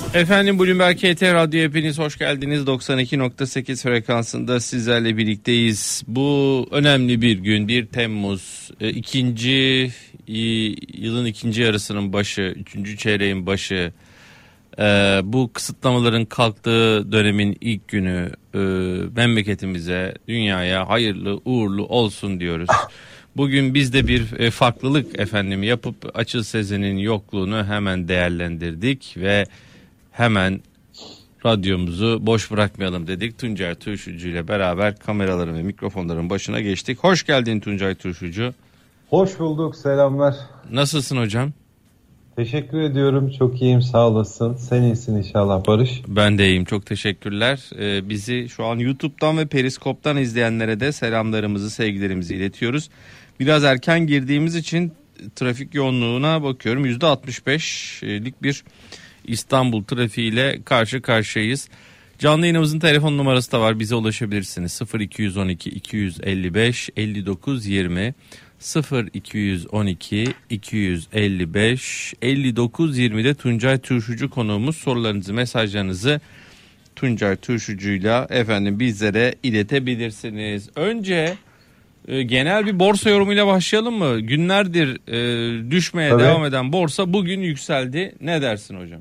Efendim Bloomberg KT Radyo, hepiniz hoş geldiniz. 92.8 frekansında sizlerle birlikteyiz. Bu önemli bir gün, 1 Temmuz, yılın ikinci yarısının başı, üçüncü çeyreğin başı. Bu kısıtlamaların kalktığı dönemin ilk günü. Memleketimize, dünyaya hayırlı uğurlu olsun diyoruz. Bugün biz de bir farklılık efendim yapıp Açıl Sezen'in yokluğunu hemen değerlendirdik ve hemen radyomuzu boş bırakmayalım dedik. Tuncay Turşucu ile beraber kameraların ve mikrofonların başına geçtik. Hoş geldin Tuncay Turşucu. Hoş bulduk, selamlar. Nasılsın hocam? Teşekkür ediyorum, çok iyiyim, sağ olasın. Sen iyisin inşallah Barış. Ben de iyiyim, çok teşekkürler. Bizi şu an YouTube'dan ve Periskop'tan izleyenlere de selamlarımızı, sevgilerimizi iletiyoruz. Biraz erken girdiğimiz için trafik yoğunluğuna bakıyorum. %65'lik bir İstanbul trafiğiyle karşı karşıyayız. Canlı yayınımızın telefon numarası da var. Bize ulaşabilirsiniz. 0212 255 59 20 0212 255 59 20'de Tuncay Turşucu konuğumuz. Sorularınızı, mesajlarınızı Tuncay Turşucu'yla efendim bizlere iletebilirsiniz. Önce genel bir borsa yorumuyla başlayalım mı? Günlerdir düşmeye devam eden borsa bugün yükseldi. Ne dersin hocam?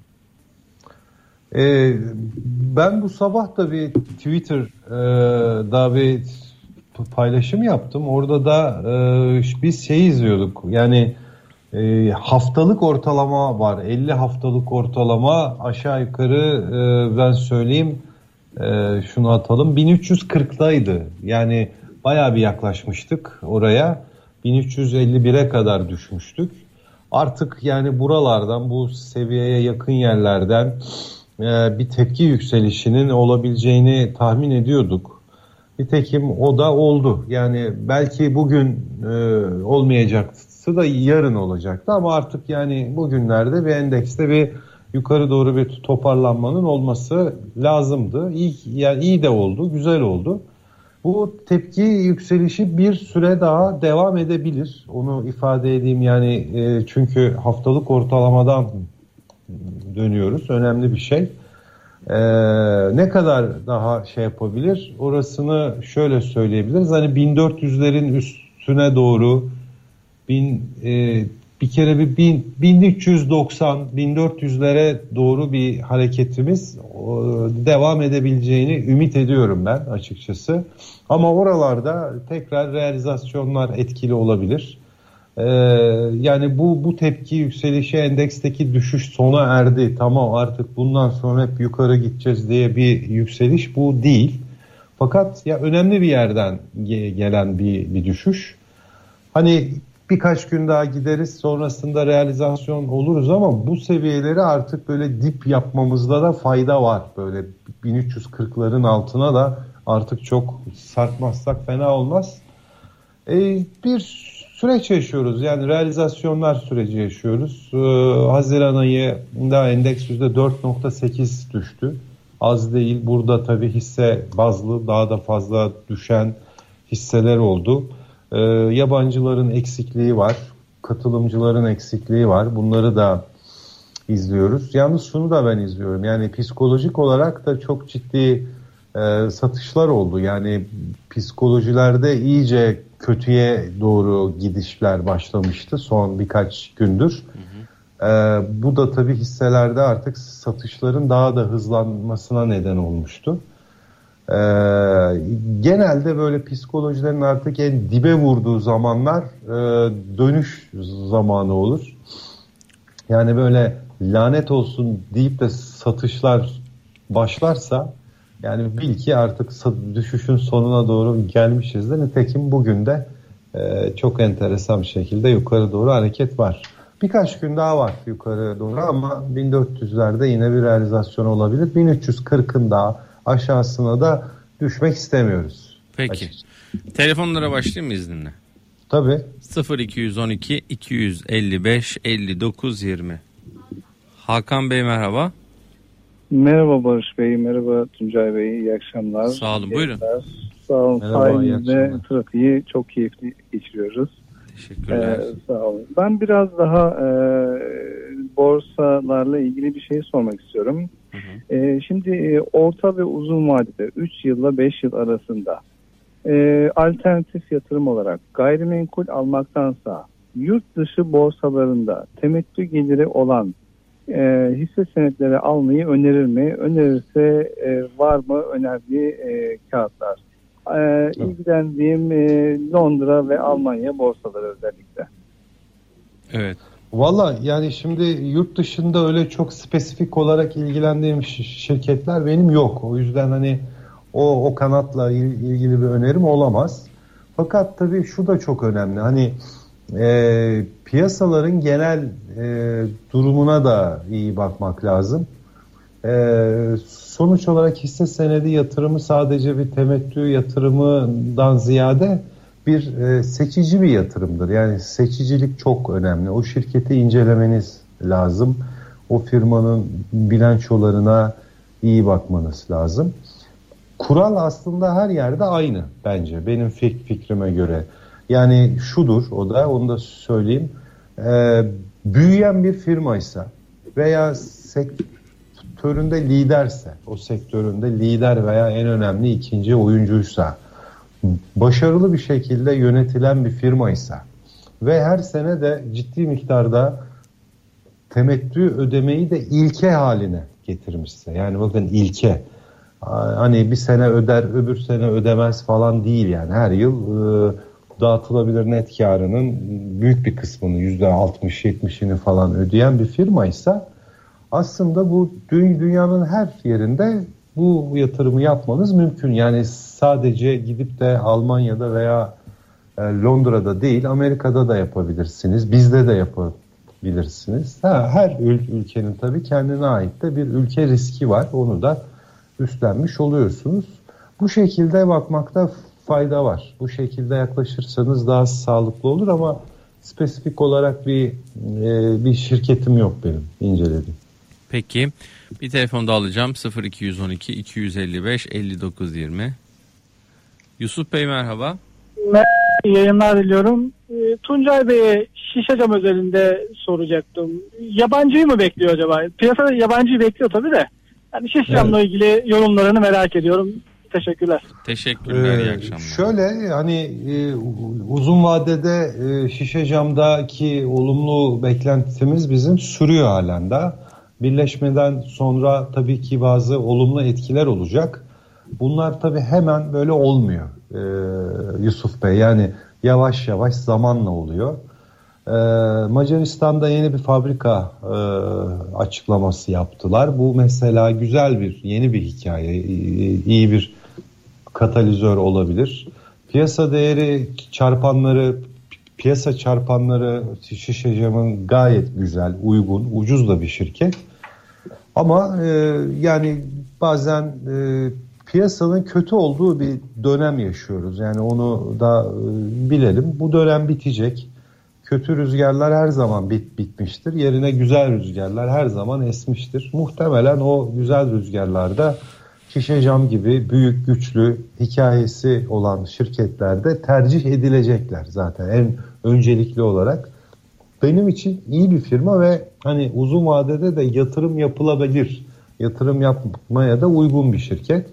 Ben bu sabah da bir Twitter'da bir paylaşım yaptım. Orada da biz izliyorduk. Yani haftalık ortalama var. 50 haftalık ortalama aşağı yukarı ben söyleyeyim, şunu atalım, 1340'daydı. Yani bayağı bir yaklaşmıştık oraya. 1351'e kadar düşmüştük. Artık yani buralardan, bu seviyeye yakın yerlerden bir tepki yükselişinin olabileceğini tahmin ediyorduk. Nitekim o da oldu. Yani belki bugün olmayacaktı da yarın olacaktı ama artık yani bugünlerde bir endekste bir yukarı doğru bir toparlanmanın olması lazımdı. İyi de oldu, güzel oldu. Bu tepki yükselişi bir süre daha devam edebilir. Onu ifade edeyim yani, çünkü haftalık ortalamadan dönüyoruz. Önemli bir şey. Ne kadar daha yapabilir? Orasını şöyle söyleyebiliriz. Hani 1400'lerin üstüne doğru bir kere 1390 1400'lere doğru bir hareketimiz devam edebileceğini ümit ediyorum ben açıkçası. Ama oralarda tekrar realizasyonlar etkili olabilir. Yani bu tepki yükselişi, endeksteki düşüş sona erdi, tamam artık bundan sonra hep yukarı gideceğiz diye bir yükseliş bu değil. Fakat ya önemli bir yerden gelen bir düşüş. Hani birkaç gün daha gideriz, sonrasında realizasyon oluruz ama bu seviyeleri artık böyle dip yapmamızda da fayda var. Böyle 1340'ların altına da artık çok sarkmazsak fena olmaz. Bir süreç yaşıyoruz, yani realizasyonlar süreci yaşıyoruz. Haziran ayında endeks %4.8 düştü. Az değil. Burada tabii hisse bazlı daha da fazla düşen hisseler oldu. Yabancıların eksikliği var, katılımcıların eksikliği var. Bunları da izliyoruz. Yalnız şunu da ben izliyorum. Yani psikolojik olarak da çok ciddi satışlar oldu. Yani psikolojilerde iyice kötüye doğru gidişler başlamıştı son birkaç gündür. Bu da tabii hisselerde artık satışların daha da hızlanmasına neden olmuştu. Genelde böyle psikolojilerin artık en dibe vurduğu zamanlar dönüş zamanı olur. Yani böyle lanet olsun deyip de satışlar başlarsa yani bil ki artık düşüşün sonuna doğru gelmişizdir. Nitekim bugün de çok enteresan bir şekilde yukarı doğru hareket var. Birkaç gün daha var yukarı doğru ama 1400'lerde yine bir realizasyon olabilir. 1340'ın daha aşağısına da düşmek istemiyoruz. Peki. Açıkçası. Telefonlara başlayayım mı izninle? Tabii. 0212 255 59 20. Hakan Bey merhaba. Merhaba Barış Bey, merhaba Tuncay Bey, iyi akşamlar. Sağ olun, buyurun. Sağ olun, merhaba, sahilde trafiği çok keyifli geçiriyoruz. Teşekkürler. Sağ olun. Ben biraz daha borsalarla ilgili bir şey sormak istiyorum. Şimdi orta ve uzun vadede 3 yılla 5 yıl arasında alternatif yatırım olarak gayrimenkul almaktansa yurt dışı borsalarında temettü geliri olan hisse senetleri almayı önerir mi? Önerirse var mı önerdiği kağıtlar? İlgilendiğim Londra ve Almanya borsaları özellikle. Evet. Valla yani şimdi yurt dışında öyle çok spesifik olarak ilgilendiğim şirketler benim yok. O yüzden hani o kanatla ilgili bir önerim olamaz. Fakat tabii şu da çok önemli. Hani piyasaların genel durumuna da iyi bakmak lazım. Sonuç olarak hisse senedi yatırımı sadece bir temettü yatırımından ziyade bir seçici bir yatırımdır. Yani seçicilik çok önemli. O şirketi incelemeniz lazım. O firmanın bilançolarına iyi bakmanız lazım. Kural aslında her yerde aynı bence. Benim fikrime göre. Yani şudur, o da onu da söyleyeyim. Büyüyen bir firmaysa veya sektöründe liderse, o sektöründe lider veya en önemli ikinci oyuncuysa, başarılı bir şekilde yönetilen bir firmaysa ve her sene de ciddi miktarda temettü ödemeyi de ilke haline getirmişse, yani bakın ilke, hani bir sene öder öbür sene ödemez falan değil, yani her yıl dağıtılabilir net karının büyük bir kısmını %60-70'ini falan ödeyen bir firmaysa aslında bu dünyanın her yerinde bu yatırımı yapmanız mümkün. Yani sadece gidip de Almanya'da veya Londra'da değil, Amerika'da da yapabilirsiniz. Bizde de yapabilirsiniz. Her ülkenin tabii kendine ait de bir ülke riski var. Onu da üstlenmiş oluyorsunuz. Bu şekilde bakmakta fayda var. Bu şekilde yaklaşırsanız daha sağlıklı olur ama spesifik olarak bir şirketim yok benim incelediğim. Peki. Bir telefon da alacağım. 0212 255 59 20. Yusuf Bey merhaba. Merhaba, yayınlar diliyorum. Tuncay Bey'e şişe cam özelinde soracaktım. Yabancıyı mı bekliyor acaba? Piyasada yabancıyı bekliyor tabii de. Yani şişe camla ilgili yorumlarını merak ediyorum. Teşekkürler. Teşekkürler, iyi akşamlar. Şöyle hani uzun vadede şişe camdaki olumlu beklentimiz bizim sürüyor halen daha. Birleşmeden sonra tabii ki bazı olumlu etkiler olacak. Bunlar tabii hemen böyle olmuyor Yusuf Bey. Yani yavaş yavaş zamanla oluyor. Macaristan'da yeni bir fabrika açıklaması yaptılar. Bu mesela güzel yeni bir hikaye, iyi bir katalizör olabilir. Piyasa değeri piyasa çarpanları şişe camın gayet güzel, uygun, ucuz da bir şirket. Ama yani bazen piyasanın kötü olduğu bir dönem yaşıyoruz. Yani onu da bilelim. Bu dönem bitecek. Kötü rüzgarlar her zaman bitmiştir. Yerine güzel rüzgarlar her zaman esmiştir. Muhtemelen o güzel rüzgarlarda şişe cam gibi büyük, güçlü hikayesi olan şirketlerde tercih edilecekler zaten en öncelikli olarak. Benim için iyi bir firma ve hani uzun vadede de yatırım yapılabilir. Yatırım yapmaya da uygun bir şirket.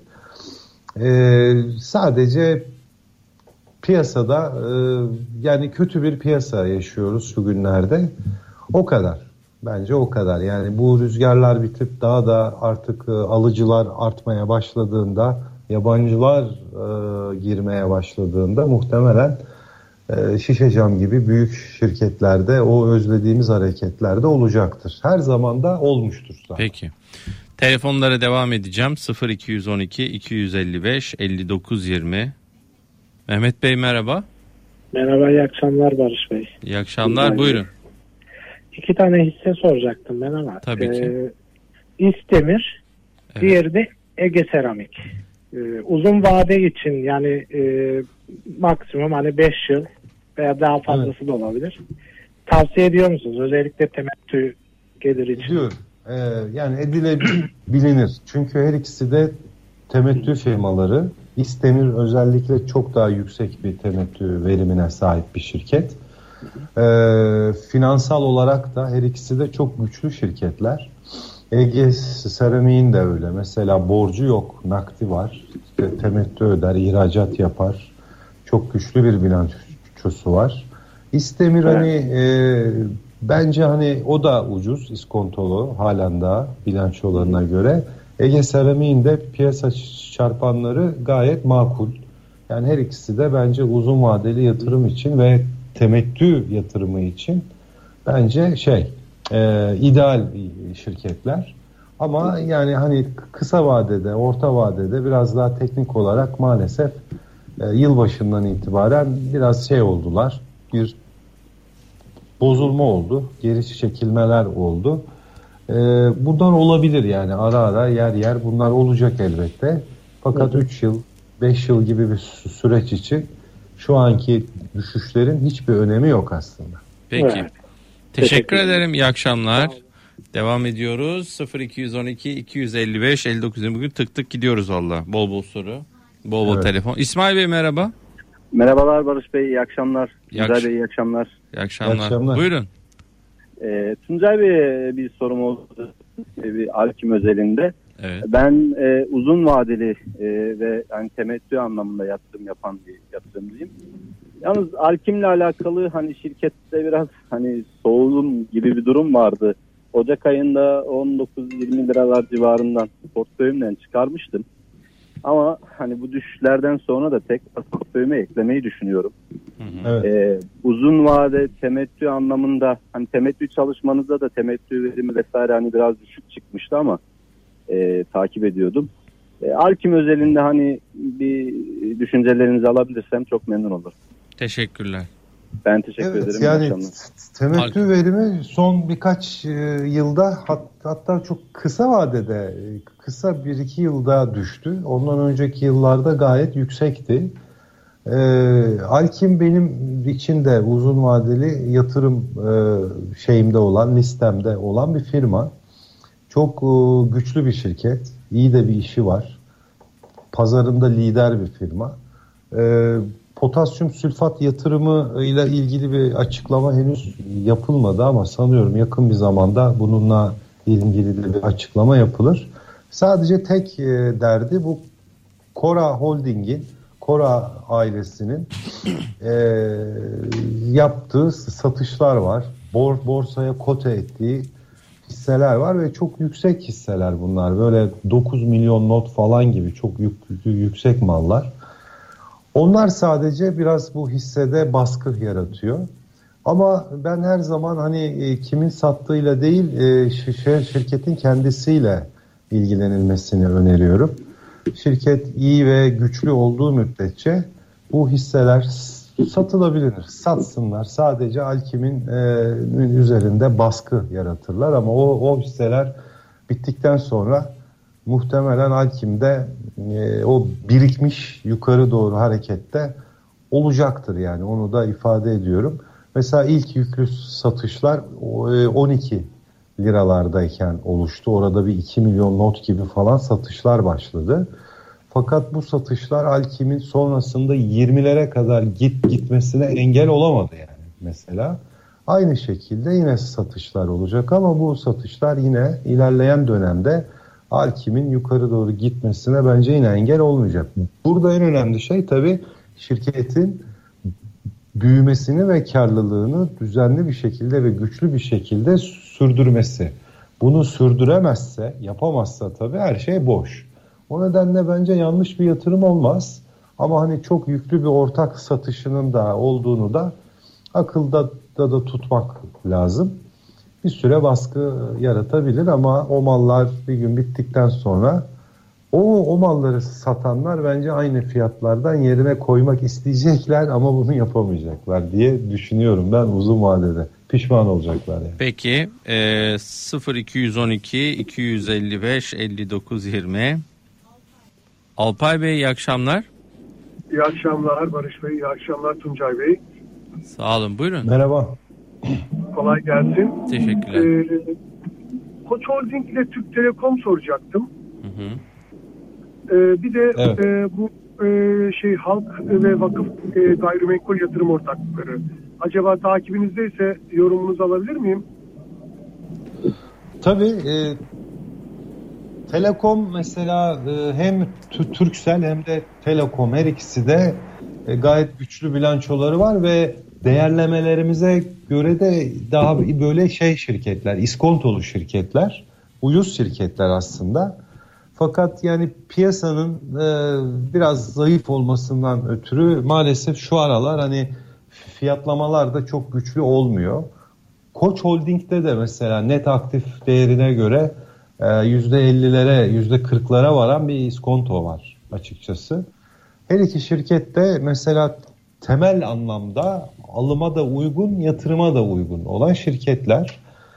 Sadece piyasada yani kötü bir piyasa yaşıyoruz şu günlerde. O kadar. Bence o kadar. Yani bu rüzgarlar bitip daha da artık alıcılar artmaya başladığında, yabancılar girmeye başladığında muhtemelen şişe cam gibi büyük şirketlerde o özlediğimiz hareketlerde olacaktır. Her zaman da olmuştur zaten. Peki. Telefonlara devam edeceğim. 0212 255 59 20. Mehmet Bey merhaba. Merhaba, iyi akşamlar Barış Bey. İyi akşamlar, buyurun. 2 tane hisse soracaktım ben ama. Tabii ki. İsdemir, evet. Diğeri de Ege Seramik. Uzun vade için yani maksimum hani 5 yıl veya daha fazlası evet. Da olabilir. Tavsiye ediyor musunuz? Özellikle temettü gelir için. Diyorum. Yani bilinir. Çünkü her ikisi de temettü firmaları. İsdemir özellikle çok daha yüksek bir temettü verimine sahip bir şirket. Finansal olarak da her ikisi de çok güçlü şirketler. Ege Seramik'in de öyle. Mesela borcu yok, nakdi var. İşte temettü öder, ihracat yapar. Çok güçlü bir bilançosu var. İstemir hani bence hani o da ucuz, iskontolu halen daha bilançolarına göre. Ege Seramik'in de piyasa çarpanları gayet makul. Yani her ikisi de bence uzun vadeli yatırım için ve temettü yatırımı için bence ideal şirketler. Ama yani hani kısa vadede, orta vadede biraz daha teknik olarak maalesef yılbaşından itibaren biraz oldular. Bir bozulma oldu, geri çekilmeler oldu. Bundan olabilir yani ara yer bunlar olacak elbette. Fakat 3 yıl, 5 yıl gibi bir süreç için şu anki düşüşlerin hiçbir önemi yok aslında. Peki. Evet. Teşekkür ederim. İyi akşamlar. Devam ediyoruz. 0212 255 59. Bugün tık tık gidiyoruz valla. Bol bol soru. Bol bol telefon. İsmail Bey merhaba. Merhabalar Barış Bey. İyi akşamlar. Tuncay Bey iyi akşamlar. İyi akşamlar. Buyurun. Tuncay Bey'e bir sorum oldu. Bir Alkim özelinde. Evet. Ben uzun vadeli ve yani temettü anlamında yatırım yapan bir yatırımcıyım. Yalnız Alkim'le alakalı hani şirkette biraz hani soğudum gibi bir durum vardı. Ocak ayında 19-20 liralar civarından portföyümden çıkarmıştım. Ama hani bu düşüşlerden sonra da tekrar portföyüme eklemeyi düşünüyorum. Evet. Uzun vade temettü anlamında hani temettü çalışmanızda da temettü verimi vesaire hani biraz düşük çıkmıştı ama takip ediyordum. Alkim özelinde hani bir düşüncelerinizi alabilirsem çok memnun olurum. Teşekkürler. Ben teşekkür ederim. Yani temettü verimi son birkaç yılda hatta çok kısa vadede kısa 1-2 yılda düştü. Ondan önceki yıllarda gayet yüksekti. Alkim benim için de uzun vadeli yatırım şeyimde olan, listemde olan bir firma. Çok güçlü bir şirket. İyi de bir işi var. Pazarında lider bir firma. Potasyum sülfat yatırımı ile ilgili bir açıklama henüz yapılmadı ama sanıyorum yakın bir zamanda bununla ilgili de bir açıklama yapılır. Sadece tek derdi bu Kora Holding'in, Kora ailesinin yaptığı satışlar var. Borsaya kote ettiği hisseler var ve çok yüksek hisseler bunlar. Böyle 9 milyon not falan gibi çok yüksek mallar. Onlar sadece biraz bu hissede baskı yaratıyor. Ama ben her zaman hani kimin sattığıyla değil şirketin kendisiyle ilgilenilmesini öneriyorum. Şirket iyi ve güçlü olduğu müddetçe bu hisseler satılabilir. Satsınlar. Sadece Alkim'in üzerinde baskı yaratırlar ama o hisseler bittikten sonra muhtemelen Alkim'de o birikmiş yukarı doğru harekette olacaktır yani onu da ifade ediyorum. Mesela ilk yüklü satışlar 12 liralardayken oluştu. Orada bir 2 milyon not gibi falan satışlar başladı. Fakat bu satışlar Alkim'in sonrasında 20'lere kadar gitmesine engel olamadı yani mesela. Aynı şekilde yine satışlar olacak ama bu satışlar yine ilerleyen dönemde Alkim'in yukarı doğru gitmesine bence yine engel olmayacak. Burada en önemli şey tabii şirketin büyümesini ve karlılığını düzenli bir şekilde ve güçlü bir şekilde sürdürmesi. Bunu sürdüremezse, yapamazsa tabii her şey boş. O nedenle bence yanlış bir yatırım olmaz. Ama hani çok yüklü bir ortak satışının da olduğunu da akılda da tutmak lazım. Bir süre baskı yaratabilir ama o mallar bir gün bittikten sonra o malları satanlar bence aynı fiyatlardan yerine koymak isteyecekler ama bunu yapamayacaklar diye düşünüyorum ben uzun vadede. Pişman olacaklar yani. Peki 0212 255 59 20 Alpay Bey iyi akşamlar. İyi akşamlar Barış Bey, iyi akşamlar Tuncay Bey. Sağ olun, buyurun. Merhaba. Kolay gelsin. Teşekkürler. Koç Holding ile Türk Telekom soracaktım. Hı hı. Bir de evet. bu halk ve vakıf gayrimenkul yatırım ortaklıkları Acaba takibinizdeyse yorumunuzu alabilir miyim? Tabii. Telekom mesela hem Turkcell hem de Telekom, her ikisi de gayet güçlü bilançoları var ve değerlemelerimize göre de daha böyle şirketler, iskontolu şirketler, ucuz şirketler aslında. Fakat yani piyasanın biraz zayıf olmasından ötürü maalesef şu aralar hani fiyatlamalar da çok güçlü olmuyor. Koç Holding'de de mesela net aktif değerine göre %50'lere, %40'lara varan bir iskonto var açıkçası. Her iki şirket de mesela temel anlamda alıma da uygun, yatırıma da uygun olan şirketler.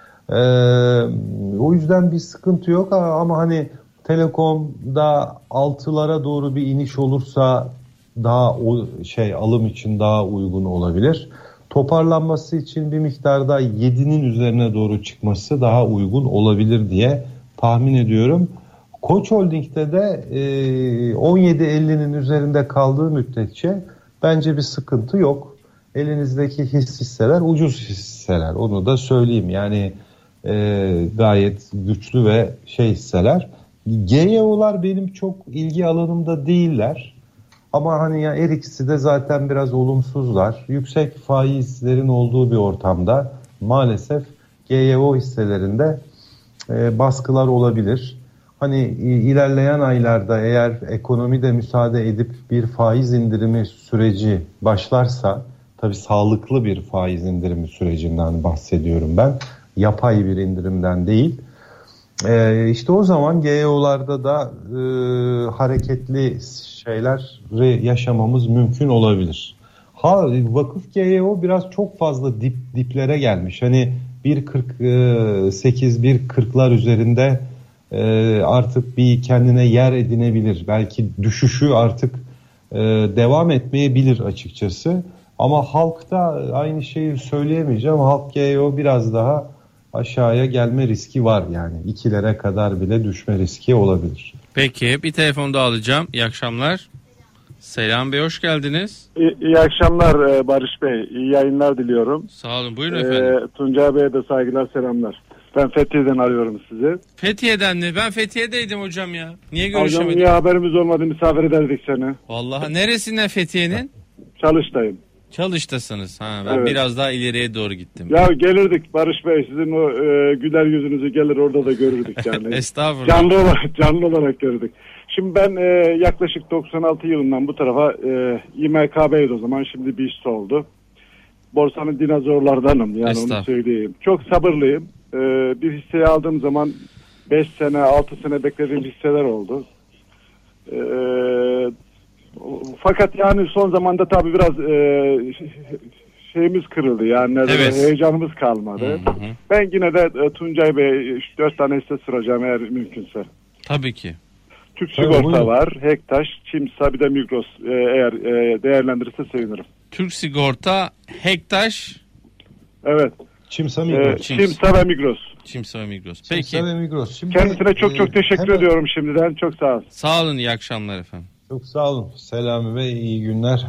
O yüzden bir sıkıntı yok ama hani Telekom'da 6'lara doğru bir iniş olursa daha alım için daha uygun olabilir. Toparlanması için bir miktarda 7'nin üzerine doğru çıkması daha uygun olabilir diye tahmin ediyorum. Koç Holding'de de 17.50'nin üzerinde kaldığı müddetçe bence bir sıkıntı yok. Elinizdeki hisseler ucuz hisseler. Onu da söyleyeyim. Yani gayet güçlü ve hisseler. GYO'lar benim çok ilgi alanımda değiller. Ama hani ya her ikisi de zaten biraz olumsuzlar. Yüksek faizlerin olduğu bir ortamda maalesef GYO hisselerinde baskılar olabilir. Hani ilerleyen aylarda eğer ekonomi de müsaade edip bir faiz indirimi süreci başlarsa, tabii sağlıklı bir faiz indirimi sürecinden bahsediyorum ben. Yapay bir indirimden değil. İşte o zaman GYO'larda da hareketli şeyler yaşamamız mümkün olabilir. Vakıf GYO biraz çok fazla diplere gelmiş. Hani 1.48, 1.40'lar üzerinde artık bir kendine yer edinebilir. Belki düşüşü artık devam etmeyebilir açıkçası. Ama halkta aynı şeyi söyleyemeyeceğim. Halk GYO biraz daha aşağıya gelme riski var yani. 2'lere kadar bile düşme riski olabilir. Peki bir telefon daha alacağım. İyi akşamlar. Selam Bey, hoş geldiniz. İyi akşamlar Barış Bey. İyi yayınlar diliyorum. Sağ olun, buyurun efendim. Tuncay Bey'e de saygılar, selamlar. Ben Fethiye'den arıyorum sizi. Fethiye'den mi? Ben Fethiye'deydim hocam ya. Niye görüşemedik? Hocam niye haberimiz olmadı, misafir ederdik seni. Vallahi neresinden Fethiye'nin? Çalıştayım. Çalıştasınız. Ben evet. Biraz daha ileriye doğru gittim. Ya gelirdik Barış Bey, sizin o güler yüzünüzü gelir orada da görürdük yani. Estağfurullah. Canlı olarak görürdük. Şimdi ben yaklaşık 96 yılından bu tarafa İMKB'ydi o zaman, şimdi BİST oldu. Borsanın dinozorlardanım yani, onu söyleyeyim. Çok sabırlıyım. Bir hisseyi aldığım zaman 5 sene 6 sene beklediğim hisseler oldu. Fakat yani son zamanda tabii biraz şeyimiz kırıldı yani, heyecanımız kalmadı. Hı. Ben yine de Tuncay Bey 4 tane hisse sıracağım eğer mümkünse. Tabii ki. Türk Sigorta var, Hektaş, Çimsa, bir de Migros, eğer değerlendirirse sevinirim. Türk Sigorta, Hektaş. Evet. Çimsa, Migros. Çimsa ve Migros. Çimsa ve Migros. Peki. Çimsa ve Migros. Şimdi, kendisine çok teşekkür ediyorum şimdiden. Çok sağ olun. Sağ olun, iyi akşamlar efendim. Çok sağ olun. Selami Bey, iyi günler.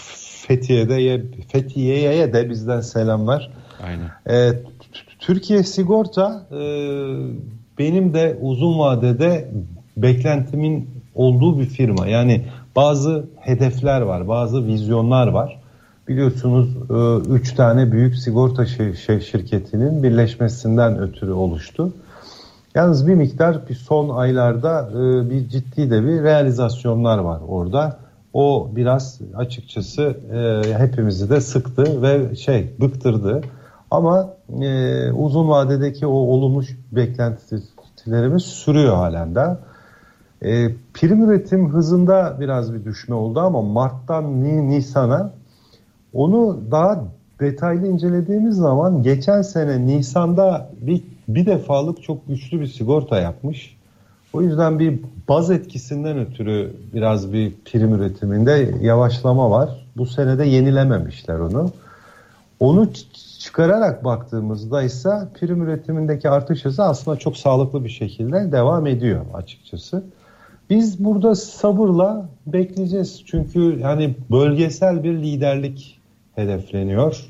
Fethiye'ye de bizden selamlar. Aynen. Türkiye Sigorta benim de uzun vadede beklentimin olduğu bir firma. Yani bazı hedefler var, bazı vizyonlar var. Biliyorsunuz 3 tane büyük sigorta şirketinin birleşmesinden ötürü oluştu. Yalnız bir miktar son aylarda bir ciddi de bir realizasyonlar var orada. O biraz açıkçası hepimizi de sıktı ve bıktırdı. Ama uzun vadedeki o olumlu beklentilerimiz sürüyor halen de. Prim üretim hızında biraz bir düşme oldu ama Mart'tan Nisan'a onu daha detaylı incelediğimiz zaman geçen sene Nisan'da bir defalık çok güçlü bir sigorta yapmış. O yüzden bir baz etkisinden ötürü biraz bir prim üretiminde yavaşlama var. Bu sene de yenilememişler onu. Onu çıkararak baktığımızda ise prim üretimindeki artış hızı aslında çok sağlıklı bir şekilde devam ediyor açıkçası. Biz burada sabırla bekleyeceğiz. Çünkü hani bölgesel bir liderlik hedefleniyor.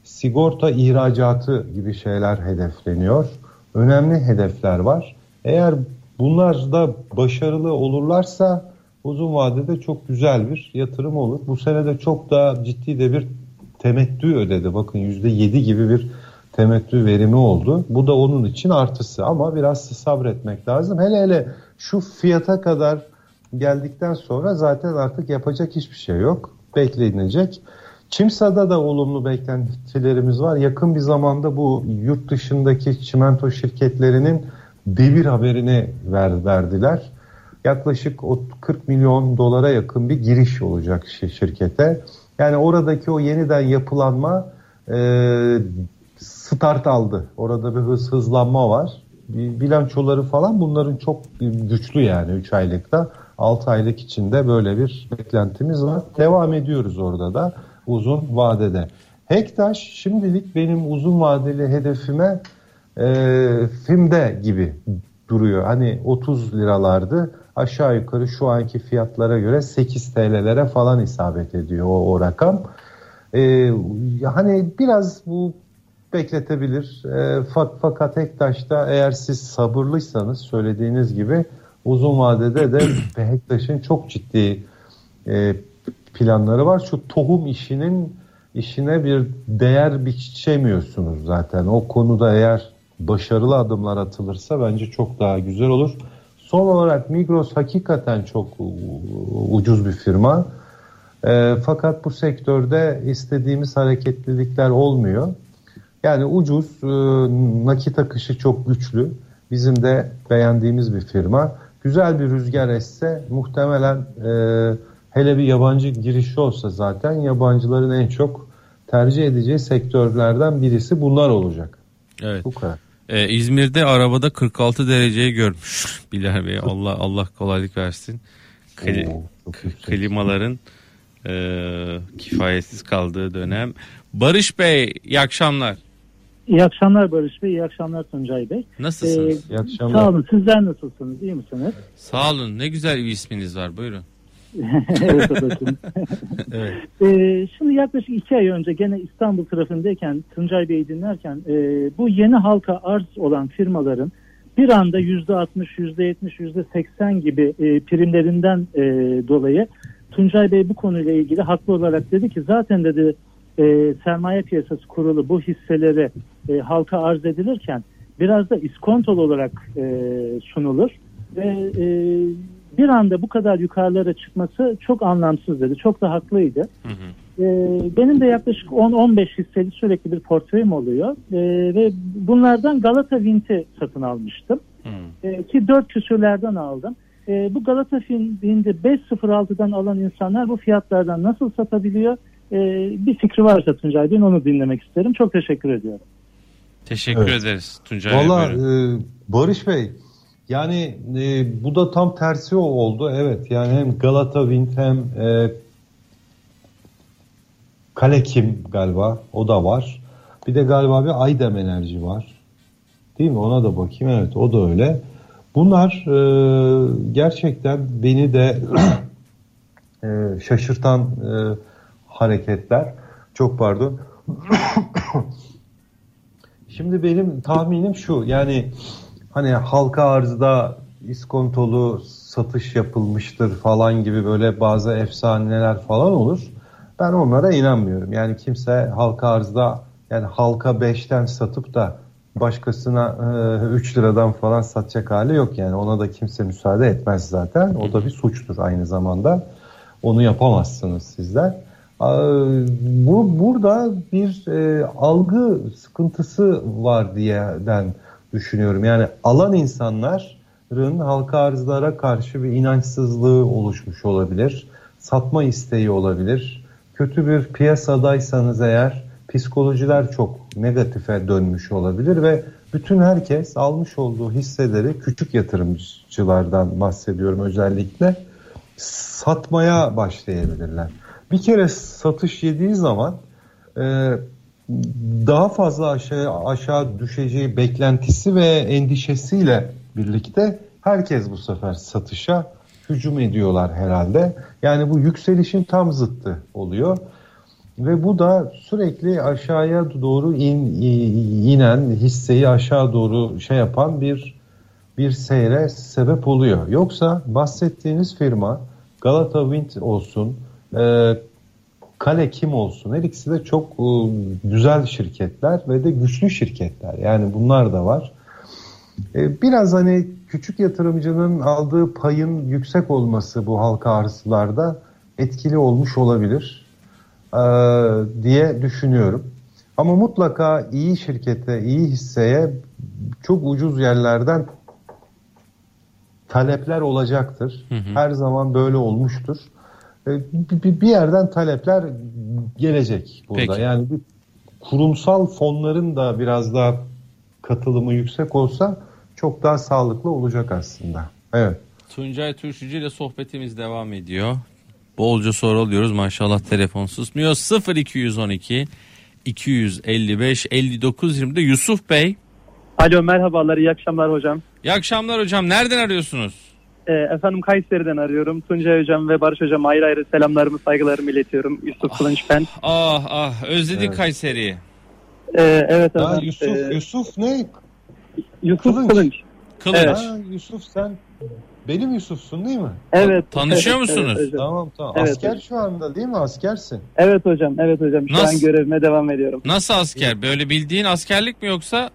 sigorta ihracatı gibi şeyler hedefleniyor. Önemli hedefler var. Eğer bunlar da başarılı olurlarsa uzun vadede çok güzel bir yatırım olur. Bu sene de çok daha ciddi de bir temettü ödedi. Bakın %7 gibi bir temettü verimi oldu. Bu da onun için artısı ama biraz sabretmek lazım. Hele şu fiyata kadar geldikten sonra zaten artık yapacak hiçbir şey yok. Beklenecek. Çimsa'da da olumlu beklentilerimiz var. Yakın bir zamanda bu yurt dışındaki çimento şirketlerinin devir haberini verdiler. Yaklaşık 40 milyon dolara yakın bir giriş olacak şirkete. Yani oradaki o yeniden yapılanma start aldı. Orada bir hızlanma var. Bilançoları falan bunların çok güçlü yani 3 aylıkta. 6 aylık içinde böyle bir beklentimiz var. Devam ediyoruz orada da uzun vadede. Hektaş şimdilik benim uzun vadeli hedefime filmde gibi duruyor. Hani 30 liralardı. Aşağı yukarı şu anki fiyatlara göre 8 TL'lere falan isabet ediyor o rakam. Hani biraz bu bekletebilir. Fakat Hektaş'ta eğer siz sabırlıysanız söylediğiniz gibi uzun vadede de Hektaş'ın çok ciddi planları var. Şu tohum işine bir değer biçemiyorsunuz zaten. O konuda eğer başarılı adımlar atılırsa bence çok daha güzel olur. Son olarak Migros hakikaten çok ucuz bir firma. Fakat bu sektörde istediğimiz hareketlilikler olmuyor. Yani ucuz, nakit akışı çok güçlü. Bizim de beğendiğimiz bir firma. Güzel bir rüzgar esse muhtemelen hele bir yabancı girişi olsa zaten yabancıların en çok tercih edeceği sektörlerden birisi bunlar olacak. Evet. Bu kadar. İzmir'de arabada 46 dereceyi görmüş Bilal Bey. Allah kolaylık versin. Klimaların kifayetsiz kaldığı dönem. Barış Bey, iyi akşamlar. İyi akşamlar Barış Bey, iyi akşamlar Tuncay Bey. Nasılsınız? İyi akşamlar. Sağ olun, sizler nasılsınız, iyi misiniz? Sağ olun, ne güzel bir isminiz var, buyurun. Evet babacığım. Evet. Şimdi yaklaşık 2 ay önce gene İstanbul trafiğindeyken Tuncay Bey'i dinlerken bu yeni halka arz olan firmaların bir anda %60, %70, %80 gibi primlerinden dolayı Tuncay Bey bu konuyla ilgili haklı olarak dedi ki zaten dedi sermaye piyasası kurulu bu hisseleri halka arz edilirken biraz da iskontolu olarak sunulur ve bir anda bu kadar yukarılara çıkması çok anlamsız dedi. Çok da haklıydı. Hı hı. Benim de yaklaşık 10-15 hisseli sürekli bir portföyüm oluyor. Ve bunlardan Galata Wind'i satın almıştım. Ki 4 küsürlerden aldım. Bu Galata Wind'i 5.06'dan alan insanlar bu fiyatlardan nasıl satabiliyor? Bir fikri varsa Tuncay Bey'in onu dinlemek isterim. Çok teşekkür ediyorum. Teşekkür ederiz Tuncay Bey. Valla Barış Bey yani bu da tam tersi oldu. Evet yani hem Galata Wind hem Kalekim galiba o da var. Bir de galiba bir Aydem Enerji var. Değil mi? Ona da bakayım. Evet o da öyle. Bunlar gerçekten beni de şaşırtan hareketler. Çok pardon. Şimdi benim tahminim şu yani hani halka arzda iskontolu satış yapılmıştır falan gibi böyle bazı efsaneler falan olur. Ben onlara inanmıyorum. Yani kimse halka arzda yani halka 5'ten satıp da başkasına 3 liradan falan satacak hali yok yani. Ona da kimse müsaade etmez zaten. O da bir suçtur aynı zamanda. Onu yapamazsınız sizler. Burada bir algı sıkıntısı var diye ben düşünüyorum. Yani alan insanların halka arzlara karşı bir inançsızlığı oluşmuş olabilir. Satma isteği olabilir. Kötü bir piyasadaysanız eğer psikolojiler çok negatife dönmüş olabilir ve bütün herkes almış olduğu hisseleri küçük yatırımcılardan bahsediyorum özellikle satmaya başlayabilirler. Bir kere satış yediği zaman daha fazla aşağı düşeceği beklentisi ve endişesiyle birlikte herkes bu sefer satışa hücum ediyorlar herhalde. Yani bu yükselişin tam zıttı oluyor. Ve bu da sürekli aşağıya doğru inen, hisseyi aşağı doğru şey yapan bir seyre sebep oluyor. Yoksa bahsettiğiniz firma Galata Wind olsun, Kale Kim olsun, her ikisi de çok güzel şirketler ve de güçlü şirketler. Yani bunlar da var. Biraz hani küçük yatırımcının aldığı payın yüksek olması bu halka arzlarda etkili olmuş olabilir diye düşünüyorum. Ama mutlaka iyi şirkete, iyi hisseye çok ucuz yerlerden talepler olacaktır. Her zaman böyle olmuştur. Bir yerden talepler gelecek burada. Peki. Yani bir kurumsal fonların da biraz daha katılımı yüksek olsa çok daha sağlıklı olacak aslında. Evet. Tuncay Turşucu ile sohbetimiz devam ediyor. Bolca soru alıyoruz. Maşallah telefon susmuyor. 0212 255 59 20'de Yusuf Bey. Alo, merhabalar, iyi akşamlar hocam. İyi akşamlar hocam. Nereden arıyorsunuz? Efendim Kayseri'den arıyorum. Tuncay hocam ve Barış hocam ayrı ayrı selamlarımı, saygılarımı iletiyorum. Yusuf Kılınç ben. Özledik evet. Kayseri'yi. Evet hocam. Yusuf ne? Yusuf Kılınç. Evet. Yusuf sen benim Yusuf'sun değil mi? Evet. Tanışıyor musunuz? Evet, tamam. Evet, asker hocam. Şu anda değil mi? Askersin. Evet hocam. Şu an görevime devam ediyorum. Nasıl asker? Böyle bildiğin askerlik mi yoksa?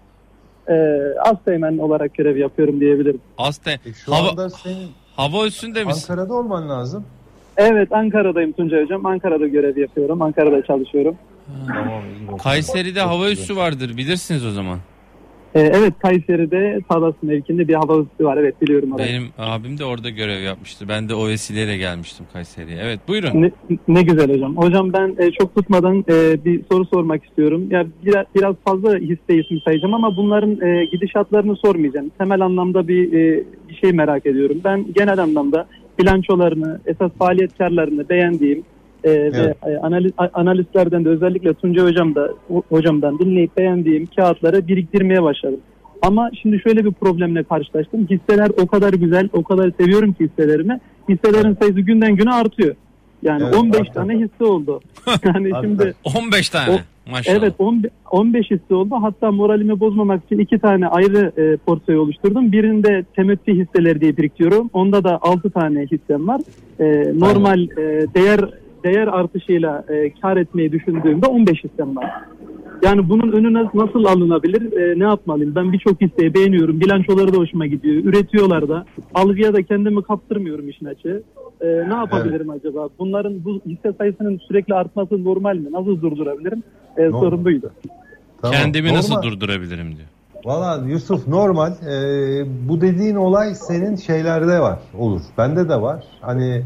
Asteğmen olarak görev yapıyorum diyebilirim. Şu anda senin hava üstünde misin? Ankara'da olman lazım. Evet, Ankara'dayım Tuncay hocam. Ankara'da görev yapıyorum. Ankara'da çalışıyorum. Tamam. Kayseri'de hava üssü vardır. Bilirsiniz o zaman. Evet, Kayseri'de Talas mevkinde bir hava üssü var. Evet, biliyorum. Benim abim de orada görev yapmıştı. Ben de o vesileyle gelmiştim Kayseri'ye. Evet, buyurun. Ne güzel hocam. Hocam ben çok tutmadan bir soru sormak istiyorum. Ya biraz fazla hisse ismi sayacağım ama bunların gidişatlarını sormayacağım. Temel anlamda bir şey merak ediyorum. Ben genel anlamda bilançolarını, esas faaliyet karlarını beğendiğim ve analistlerden de özellikle Tuncay hocamdan dinleyip beğendiğim kağıtları biriktirmeye başladım. Ama şimdi şöyle bir problemle karşılaştım. Hisseler o kadar güzel, o kadar seviyorum ki hisselerimi. Hisselerin sayısı günden güne artıyor. Yani evet, 15 tane hisse oldu. Yani şimdi 15 tane. Maşallah. Evet, 15 hisse oldu. Hatta moralimi bozmamak için 2 tane ayrı portföy oluşturdum. Birinde temettü hisseleri diye biriktiriyorum. Onda da 6 tane hissem var. Normal değer artışıyla kar etmeyi düşündüğümde 15 hissem var. Yani bunun önü nasıl alınabilir? Ne yapmalıyım? Ben birçok hisseyi beğeniyorum. Bilançoları da hoşuma gidiyor. Üretiyorlar da. Algıya da kendimi kaptırmıyorum işin açığı. Ne yapabilirim acaba? Bunların bu hisse sayısının sürekli artması normal mi? Nasıl durdurabilirim? Sorun buydu. Tamam. Kendimi nasıl durdurabilirim diyor. Valla Yusuf normal. Bu dediğin olay senin şeylerde var. Olur. Bende de var. Hani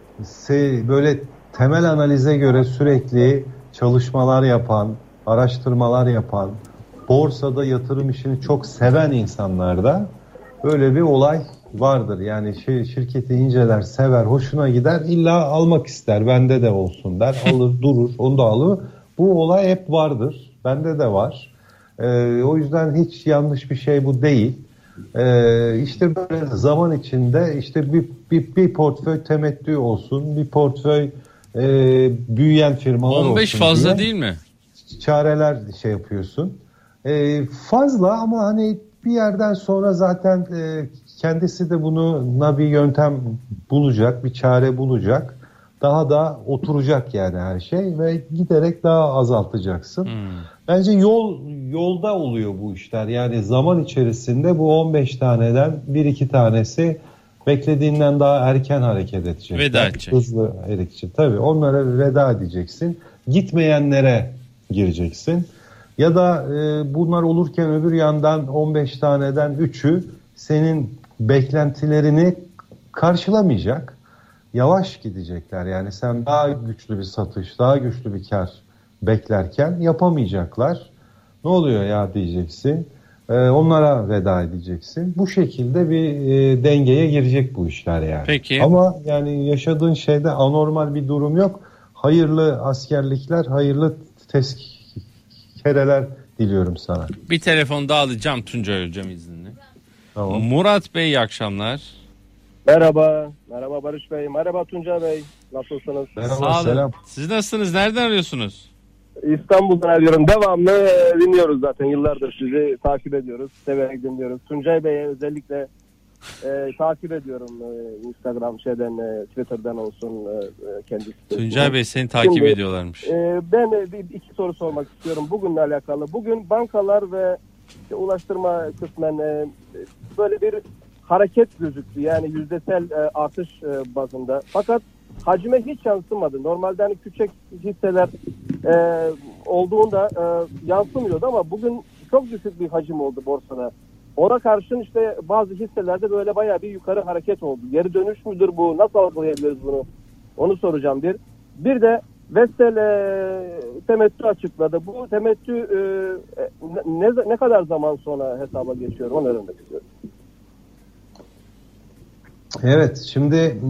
böyle temel analize göre sürekli çalışmalar yapan, araştırmalar yapan, borsada yatırım işini çok seven insanlarda böyle bir olay vardır. Yani şirketi inceler, sever, hoşuna gider, illa almak ister. Bende de olsun der. Alır, durur, onu da alır. Bu olay hep vardır. Bende de var. O yüzden hiç yanlış bir şey bu değil. İşte böyle zaman içinde işte bir portföy temettü olsun, bir portföy büyüyen firmalar 15 olsun 15 fazla değil mi? Çareler şey yapıyorsun. Fazla ama hani bir yerden sonra zaten kendisi de buna bir yöntem bulacak, bir çare bulacak. Daha da oturacak yani her şey ve giderek daha azaltacaksın. Bence yolda oluyor bu işler. Yani zaman içerisinde bu 15 taneden 1-2 tanesi beklediğinden daha erken hareket edecek. Veda edecek. Hızlı edecek. Tabii onlara veda edeceksin. Gitmeyenlere gireceksin. Ya da bunlar olurken öbür yandan 15 taneden 3'ü senin beklentilerini karşılamayacak. Yavaş gidecekler. Yani sen daha güçlü bir satış, daha güçlü bir kar beklerken yapamayacaklar. Ne oluyor ya diyeceksin. Onlara veda edeceksin. Bu şekilde bir dengeye girecek bu işler yani. Peki. Ama yani yaşadığın şeyde anormal bir durum yok. Hayırlı askerlikler, hayırlı tezkereler diliyorum sana. Bir telefon daha alacağım Tuncay Hocam izninle. Tamam. Murat Bey iyi akşamlar. Merhaba Barış Bey, merhaba Tuncay Bey. Nasılsınız? Merhaba, selam. Siz nasılsınız? Nereden arıyorsunuz? İstanbul'dan arıyorum. Devamlı dinliyoruz zaten. Yıllardır sizi takip ediyoruz. Severek dinliyoruz. Tuncay Bey'e özellikle takip ediyorum. Instagram Twitter'dan olsun kendisi. Tuncay Bey seni takip ediyorlarmış. Ben iki soru sormak istiyorum. Bugünle alakalı. Bugün bankalar ve ulaştırma kısmen böyle bir hareket gözüktü. Yani yüzdesel artış bazında. Fakat hacime hiç yansımadı. Normalde hani küçük hisseler olduğunda yansımıyordu ama bugün çok düşük bir hacim oldu borsada. Ona karşın işte bazı hisselerde böyle bayağı bir yukarı hareket oldu. Geri dönüş müdür bu? Nasıl algılayabiliriz bunu? Onu soracağım bir. Bir de Vestel temettü açıkladı. Bu temettü ne kadar zaman sonra hesaba geçiyor? Onu öğrenmek istiyorum. Evet, şimdi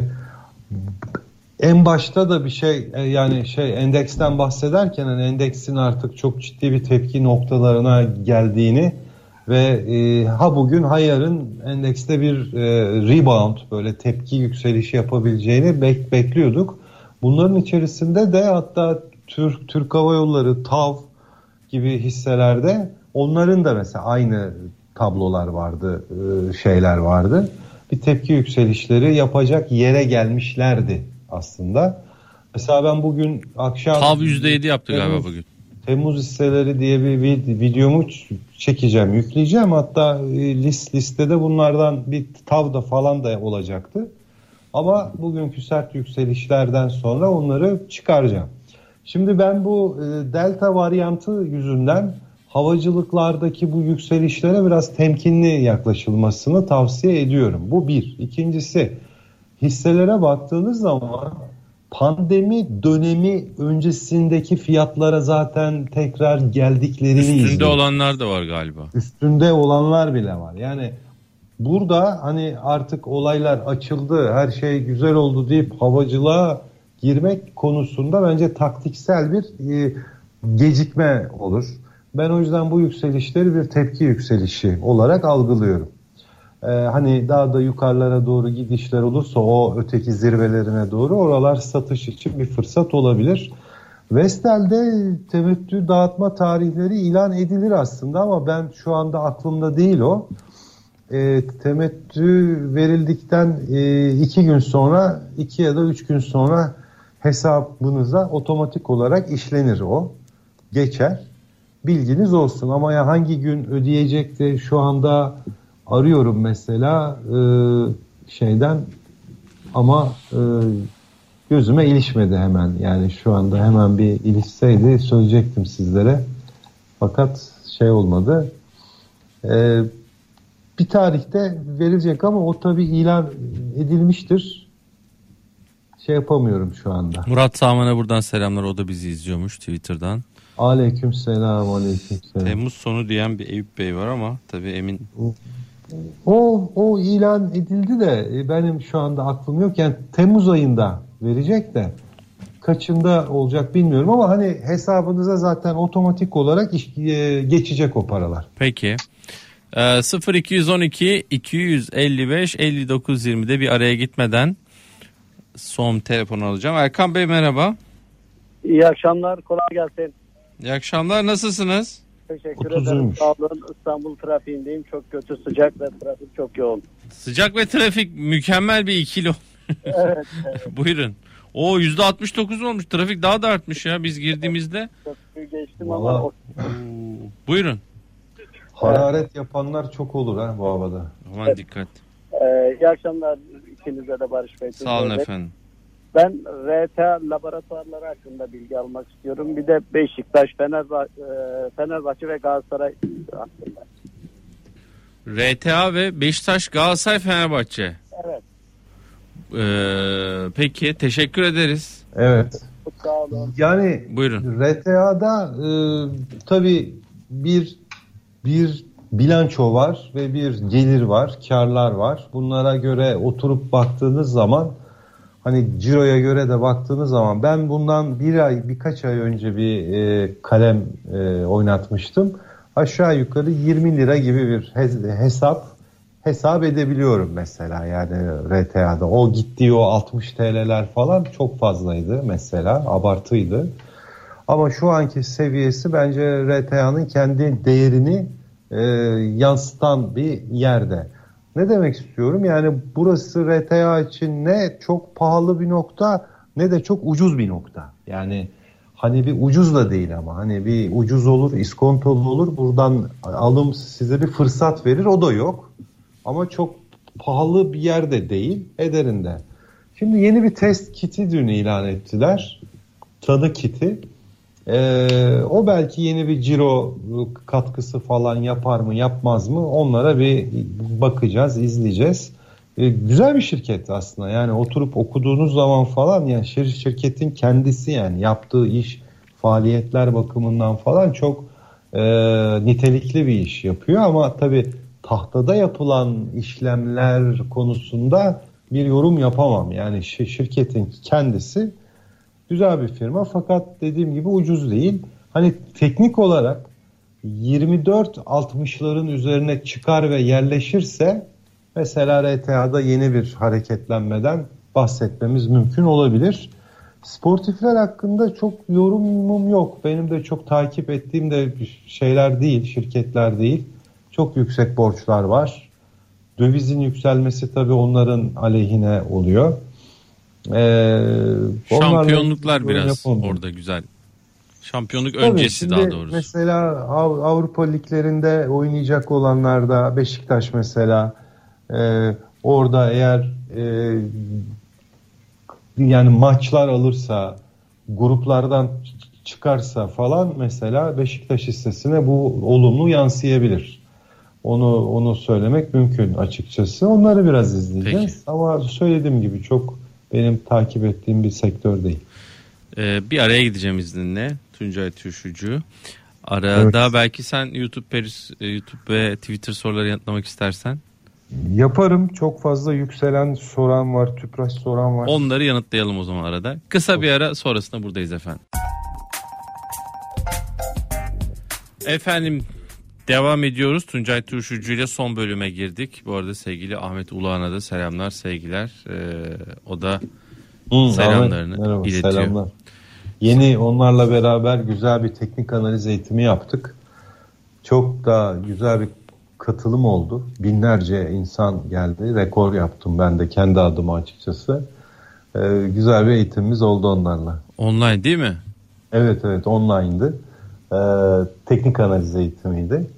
en başta da bir şey yani endeksten bahsederken hani endeksin artık çok ciddi bir tepki noktalarına geldiğini ve bugün ha yarın endekste bir rebound, böyle tepki yükselişi yapabileceğini bekliyorduk. Bunların içerisinde de hatta Türk Hava Yolları, TAV gibi hisselerde onların da mesela aynı tablolar vardı, şeyler vardı. Bir tepki yükselişleri yapacak yere gelmişlerdi aslında. Mesela ben bugün akşam TAV %7 yaptı galiba bugün. Temmuz hisseleri diye bir videomu çekeceğim, yükleyeceğim. Hatta listede bunlardan bir TAV'da falan da olacaktı. Ama bugünkü sert yükselişlerden sonra onları çıkaracağım. Şimdi ben bu delta varyantı yüzünden havacılıklardaki bu yükselişlere biraz temkinli yaklaşılmasını tavsiye ediyorum. Bu bir. İkincisi, hisselere baktığınız zaman pandemi dönemi öncesindeki fiyatlara zaten tekrar geldiklerini izliyoruz. Üstünde olanlar da var galiba. Üstünde olanlar bile var. Yani burada hani artık olaylar açıldı, her şey güzel oldu deyip havacılığa girmek konusunda bence taktiksel bir gecikme olur. Ben o yüzden bu yükselişleri bir tepki yükselişi olarak algılıyorum. Hani daha da yukarılara doğru gidişler olursa o öteki zirvelerine doğru oralar satış için bir fırsat olabilir. Vestel'de temettü dağıtma tarihleri ilan edilir aslında ama ben şu anda aklımda değil o. Temettü verildikten 2 gün sonra 2 ya da 3 gün sonra hesabınıza otomatik olarak işlenir o. Geçer. Bilginiz olsun ama ya hangi gün ödeyecek de şu anda arıyorum mesela ama gözüme ilişmedi hemen. Yani şu anda hemen bir ilişseydi söyleyecektim sizlere. Fakat olmadı. Bir tarihte verilecek ama o tabii ilan edilmiştir. Yapamıyorum şu anda. Murat Sağman'a buradan selamlar. O da bizi izliyormuş Twitter'dan. Aleykümselam. Temmuz sonu diyen bir Eyüp Bey var ama tabii emin. O ilan edildi de benim şu anda aklım yok. Yani Temmuz ayında verecek de kaçında olacak bilmiyorum ama hani hesabınıza zaten otomatik olarak geçecek o paralar. Peki. 0212 255 5920'de bir araya gitmeden son telefon alacağım. Erkan Bey merhaba. İyi akşamlar, kolay gelsin. İyi akşamlar, nasılsınız? Teşekkür ederim. Sağ olun. İstanbul trafiğindeyim. Çok kötü, sıcak ve trafik çok yoğun. Sıcak ve trafik mükemmel bir ikili. Evet. Buyurun. O %69 olmuş. Trafik daha da artmış ya biz girdiğimizde. Geçtim ama. Buyurun. Hararet yapanlar çok olur bu havada. Aman evet. Dikkat. İyi akşamlar ikinize de Barış Bey. Sağ olun efendim. Ben RTA laboratuvarları hakkında bilgi almak istiyorum. Bir de Beşiktaş, Fenerbahçe ve Galatasaray hakkında. RTA ve Beşiktaş, Galatasaray, Fenerbahçe. Evet. Peki teşekkür ederiz. Evet. Sağ olun. Yani buyurun. RTA'da tabii bir bilanço var ve bir gelir var, karlar var. Bunlara göre oturup baktığınız zaman hani ciroya göre de baktığınız zaman ben bundan birkaç ay önce bir kalem oynatmıştım. Aşağı yukarı 20 lira gibi bir hesap edebiliyorum mesela, yani RTA'da. O gittiği o 60 TL'ler falan çok fazlaydı mesela, abartıydı. Ama şu anki seviyesi bence RTA'nın kendi değerini yansıtan bir yerde. Ne demek istiyorum? Yani burası RTA için ne çok pahalı bir nokta ne de çok ucuz bir nokta. Yani hani bir ucuz da değil ama hani bir ucuz olur, iskontolu olur. Buradan alım size bir fırsat verir, o da yok. Ama çok pahalı bir yerde değil, ederinde. Şimdi yeni bir test kiti dün ilan ettiler. Tanı kiti. O belki yeni bir ciro katkısı falan yapar mı yapmaz mı, onlara bir bakacağız, izleyeceğiz. Güzel bir şirket aslında, yani oturup okuduğunuz zaman falan, yani şirketin kendisi, yani yaptığı iş, faaliyetler bakımından falan çok nitelikli bir iş yapıyor. Ama tabii tahtada yapılan işlemler konusunda bir yorum yapamam. Yani şirketin kendisi güzel bir firma, fakat dediğim gibi ucuz değil. Hani teknik olarak 24-60'ların üzerine çıkar ve yerleşirse mesela RTA'da yeni bir hareketlenmeden bahsetmemiz mümkün olabilir. Sportifler hakkında çok yorumum yok. Benim de çok takip ettiğim de şeyler değil, şirketler değil. Çok yüksek borçlar var. Dövizin yükselmesi tabii onların aleyhine oluyor. Şampiyonluklar biraz orada güzel. Şampiyonluk öncesi daha doğrusu. Mesela Avrupa liglerinde oynayacak olanlarda Beşiktaş mesela orada eğer yani maçlar alırsa, gruplardan çıkarsa falan, mesela Beşiktaş hissesine bu olumlu yansıyabilir. Onu söylemek mümkün açıkçası. Onları biraz izleyeceğiz. Peki. Ama söylediğim gibi çok benim takip ettiğim bir sektör değil. Bir araya gideceğim izninle Tuncay Turşucu. Arada evet. Belki sen YouTube ve Twitter soruları yanıtlamak istersen. Yaparım. Çok fazla yükselen soran var, tüpraş soran var. Onları yanıtlayalım o zaman arada. Kısa bir ara, sonrasında buradayız efendim. Efendim devam ediyoruz. Tuncay Turşucu ile son bölüme girdik. Bu arada sevgili Ahmet Uluhan'a da selamlar, sevgiler. O da selamlarını merhaba, iletiyor. Selamlar. Yeni onlarla beraber güzel bir teknik analiz eğitimi yaptık. Çok da güzel bir katılım oldu. Binlerce insan geldi. Rekor yaptım ben de kendi adıma açıkçası. Güzel bir eğitimimiz oldu onlarla. Online değil mi? Evet online'dı. Teknik analiz eğitimiydi.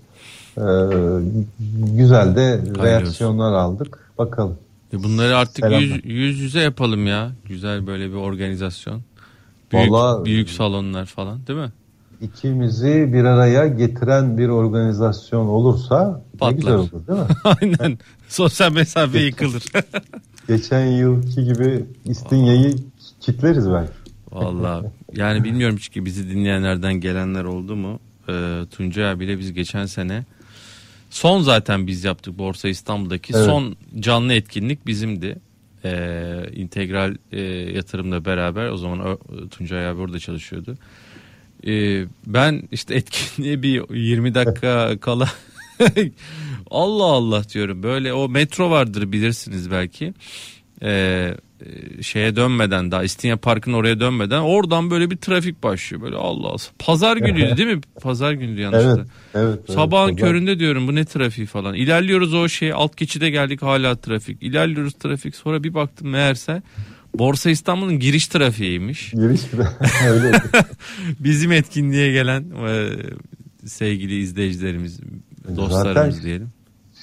Güzel de reaksiyonlar aldık. Bakalım. Bunları artık yüz yüze yapalım ya. Güzel böyle bir organizasyon. Büyük salonlar falan değil mi? İkimizi bir araya getiren bir organizasyon olursa ne güzel olur değil mi? Aynen. Sosyal mesafe yıkılır. Geçen yılki gibi İstinye'yi kitleriz belki. Vallahi yani bilmiyorum hiç ki bizi dinleyenlerden gelenler oldu mu? Tuncay abiyle biz geçen sene zaten biz yaptık Borsa İstanbul'daki son canlı etkinlik bizimdi. İntegral yatırımla beraber, o zaman Tuncay abi orada çalışıyordu. Ben işte etkinliğe bir 20 dakika kala Allah Allah diyorum, böyle o metro vardır bilirsiniz belki, şeye dönmeden, daha İstinye Park'ın oraya dönmeden oradan böyle bir trafik başlıyor, böyle Allah Allah. Pazar günüydü değil mi? Pazar günüydü yanlışlıkla. Evet. Sabahın köründe diyorum, bu ne trafiği falan. İlerliyoruz o alt geçide geldik, hala trafik. İlerliyoruz trafik, sonra bir baktım meğerse Borsa İstanbul'un giriş trafiğiymiş. Öyle. Bizim etkinliğe gelen sevgili izleyicilerimiz, dostlarımız zaten diyelim.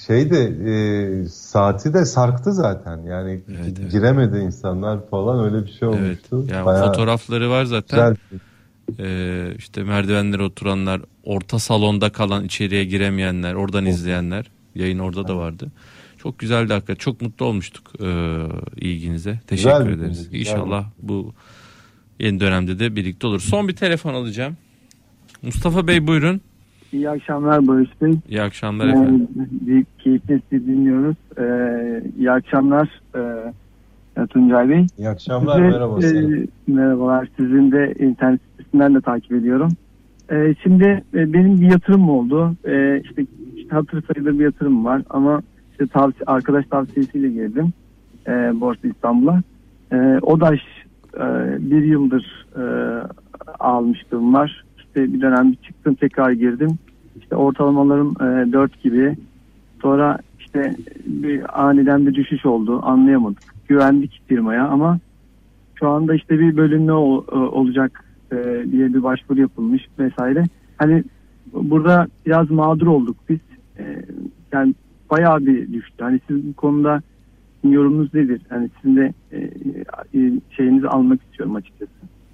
Saati de sarktı zaten. Yani giremedi insanlar falan, öyle bir şey olmuştu. Yani fotoğrafları var zaten. İşte merdivenlere oturanlar, orta salonda kalan, içeriye giremeyenler, oradan izleyenler. Yayın orada da vardı. Çok güzeldi hakikaten. Çok mutlu olmuştuk ilginize. Teşekkür ederiz. İnşallah bu yeni dönemde de birlikte olur. Son bir telefon alacağım. Mustafa Bey buyurun. İyi akşamlar Barış Bey. İyi akşamlar efendim. Büyük keyifle sizi dinliyoruz. İyi akşamlar Tuncay Bey. İyi akşamlar, merhaba. Merhabalar. Sizin de internet sitesinden de takip ediyorum. Şimdi benim bir yatırım oldu. İşte hatır sayılır bir yatırım var ama işte arkadaş tavsiyesiyle girdim Borsa İstanbul'a. ODAŞ bir yıldır almışlığım var. İşte bir dönem çıktım, tekrar girdim. İşte ortalamalarım 4 gibi. Sonra işte aniden bir düşüş oldu. Anlayamadık. Güvendik firmaya ama şu anda işte bir bölünme olacak diye bir başvuru yapılmış vesaire. Hani burada biraz mağdur olduk biz. Yani bayağı bir düştü. Hani sizin bu konuda yorumunuz nedir? Yani sizin de şeyinizi almak istiyorum açıkçası.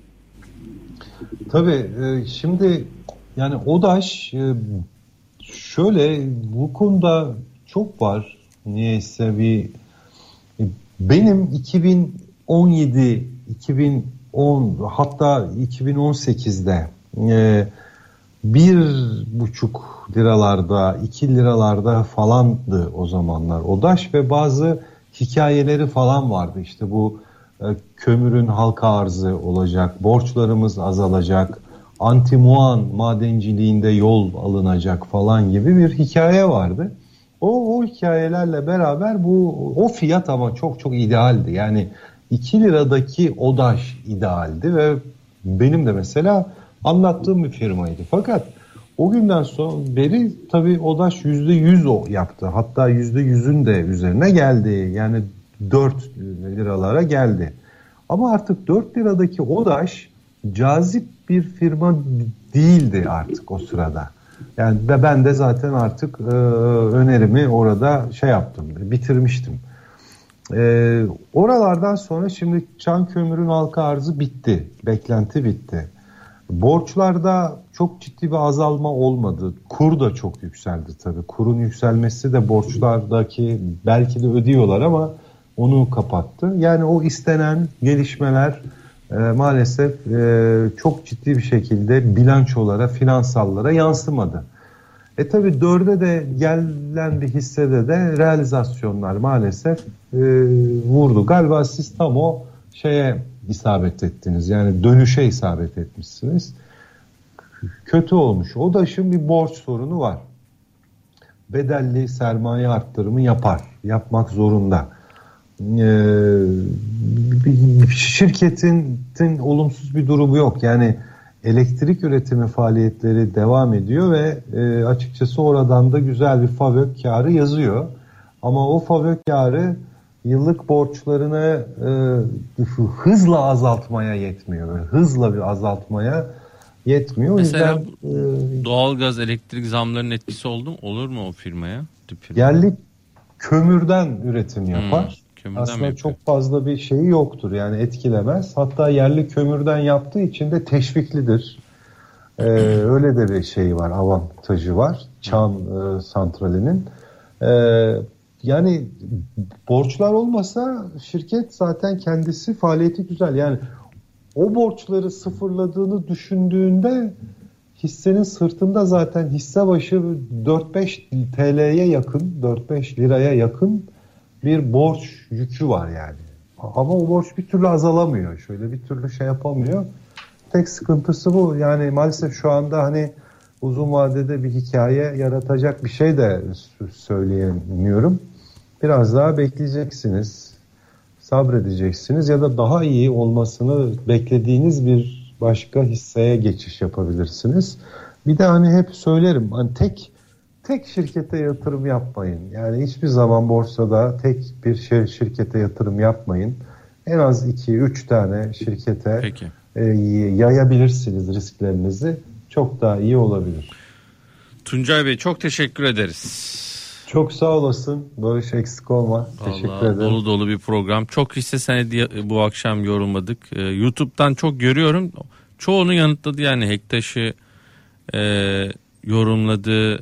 Tabii şimdi yani ODAŞ şöyle bu konuda çok var. Niyeyse benim 2017, 2010 hatta 2018'de 1,5 liralarda 2 liralarda falandı o zamanlar ODAŞ ve bazı hikayeleri falan vardı. İşte bu kömürün halka arzı olacak, borçlarımız azalacak, antimuan madenciliğinde yol alınacak falan gibi bir hikaye vardı. O hikayelerle beraber o fiyat ama çok çok idealdi. Yani 2 liradaki ODAŞ idealdi ve benim de mesela anlattığım bir firmaydı. Fakat o günden sonra beri tabii ODAŞ %100 yaptı. Hatta %100'ün de üzerine geldi. Yani 4 liralara geldi. Ama artık 4 liradaki ODAŞ cazip bir firma değildi artık o sırada. Yani ben de zaten artık önerimi orada yaptım, bitirmiştim. Oralardan sonra şimdi Çan Kömür'ün halka arzı bitti. Beklenti bitti. Borçlarda çok ciddi bir azalma olmadı. Kur da çok yükseldi tabii. Kurun yükselmesi de borçlardaki belki de ödüyorlar ama onu kapattı. Yani o istenen gelişmeler maalesef çok ciddi bir şekilde bilançolara, finansallara yansımadı. Tabii 4'e de gelen bir hissede de realizasyonlar maalesef vurdu. Galiba siz tam o isabet ettiniz. Yani dönüşe isabet etmişsiniz. Kötü olmuş. ODAŞ'ın bir borç sorunu var. Bedelli sermaye arttırımı yapmak zorunda. Şirketin olumsuz bir durumu yok. Yani elektrik üretimi faaliyetleri devam ediyor ve açıkçası oradan da güzel bir FAVÖK kârı yazıyor. Ama o FAVÖK kârı yıllık borçlarını hızla azaltmaya yetmiyor. Hızla bir azaltmaya yetmiyor. Mesela doğalgaz, elektrik zamlarının etkisi olur mu o firmaya? Yerli kömürden üretim yapar. Aslında çok fazla bir şeyi yoktur. Yani etkilemez. Hatta yerli kömürden yaptığı için de teşviklidir. Öyle de bir şey var, avantajı var. Çan santralinin. Yani borçlar olmasa şirket zaten kendisi faaliyeti güzel. Yani o borçları sıfırladığını düşündüğünde hissenin sırtında zaten hisse başı 4-5 TL'ye yakın, 4-5 liraya yakın bir borç yükü var yani. Ama o borç bir türlü azalamıyor. Şöyle bir türlü yapamıyor. Tek sıkıntısı bu. Yani maalesef şu anda hani uzun vadede bir hikaye yaratacak bir şey de söyleyemiyorum. Biraz daha bekleyeceksiniz. Sabredeceksiniz ya da daha iyi olmasını beklediğiniz bir başka hisseye geçiş yapabilirsiniz. Bir de hani hep söylerim. Hani tek şirkete yatırım yapmayın. Yani hiçbir zaman borsada tek bir şirkete yatırım yapmayın. En az 2-3 tane şirkete yayabilirsiniz risklerinizi. Çok daha iyi olabilir. Tuncay Bey çok teşekkür ederiz. Çok sağ olasın. Barış, eksik olma. Vallahi teşekkür ederim. Dolu dolu bir program. Çok hisse senedi bu akşam yorumladık. YouTube'dan çok görüyorum. Çoğunu yanıtladı yani Hektaş'ı yorumladı.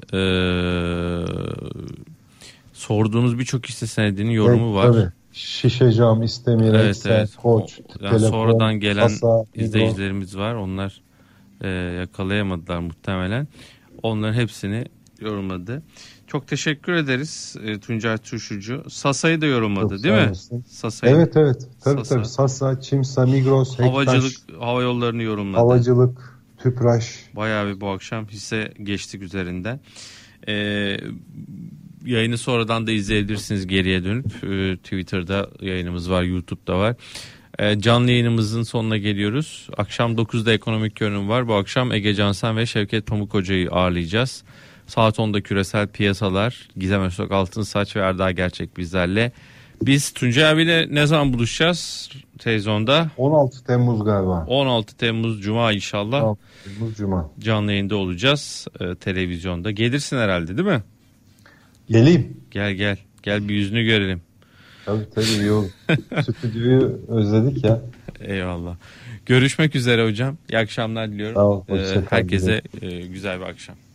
Sorduğunuz birçok hisse senedinin yorumu var. Tabii. Şişecam, İstemir, Excel, Koç, yani Telefon, sonradan gelen Kasa, izleyicilerimiz var. Onlar yakalayamadılar muhtemelen. Onların hepsini yorumladı. Çok teşekkür ederiz Tuncay Turşucu. Sasa'yı da yorumladı çok değil mi? Sasa'yı. Evet. Tabii. Sasa, Çimsa, Migros, Hektaş. Havacılık, hava yollarını yorumladı. Havacılık, Tüpraş. Bayağı bir bu akşam hisse geçtik üzerinden. yayını sonradan da izleyebilirsiniz geriye dönüp. Twitter'da yayınımız var, YouTube'da var. Canlı yayınımızın sonuna geliyoruz. Akşam 9'da ekonomik görünüm var. Bu akşam Ege Cansen ve Şevket Pamukhoca'yı ağırlayacağız. Saat 10'da küresel piyasalar. Gizem Öztok Altınsaç ve Erdal Gerçek bizlerle. Biz Tuncay abiyle ne zaman buluşacağız televizyonda? 16 Temmuz galiba. 16 Temmuz Cuma inşallah. 16 Temmuz Cuma. Canlı yayında olacağız televizyonda. Gelirsin herhalde değil mi? Geleyim. Gel bir yüzünü görelim. Tabii iyi olur. Stüdyoyu özledik ya. Eyvallah. Görüşmek üzere hocam. İyi akşamlar diliyorum. Sağ ol, herkese güzel bir akşam.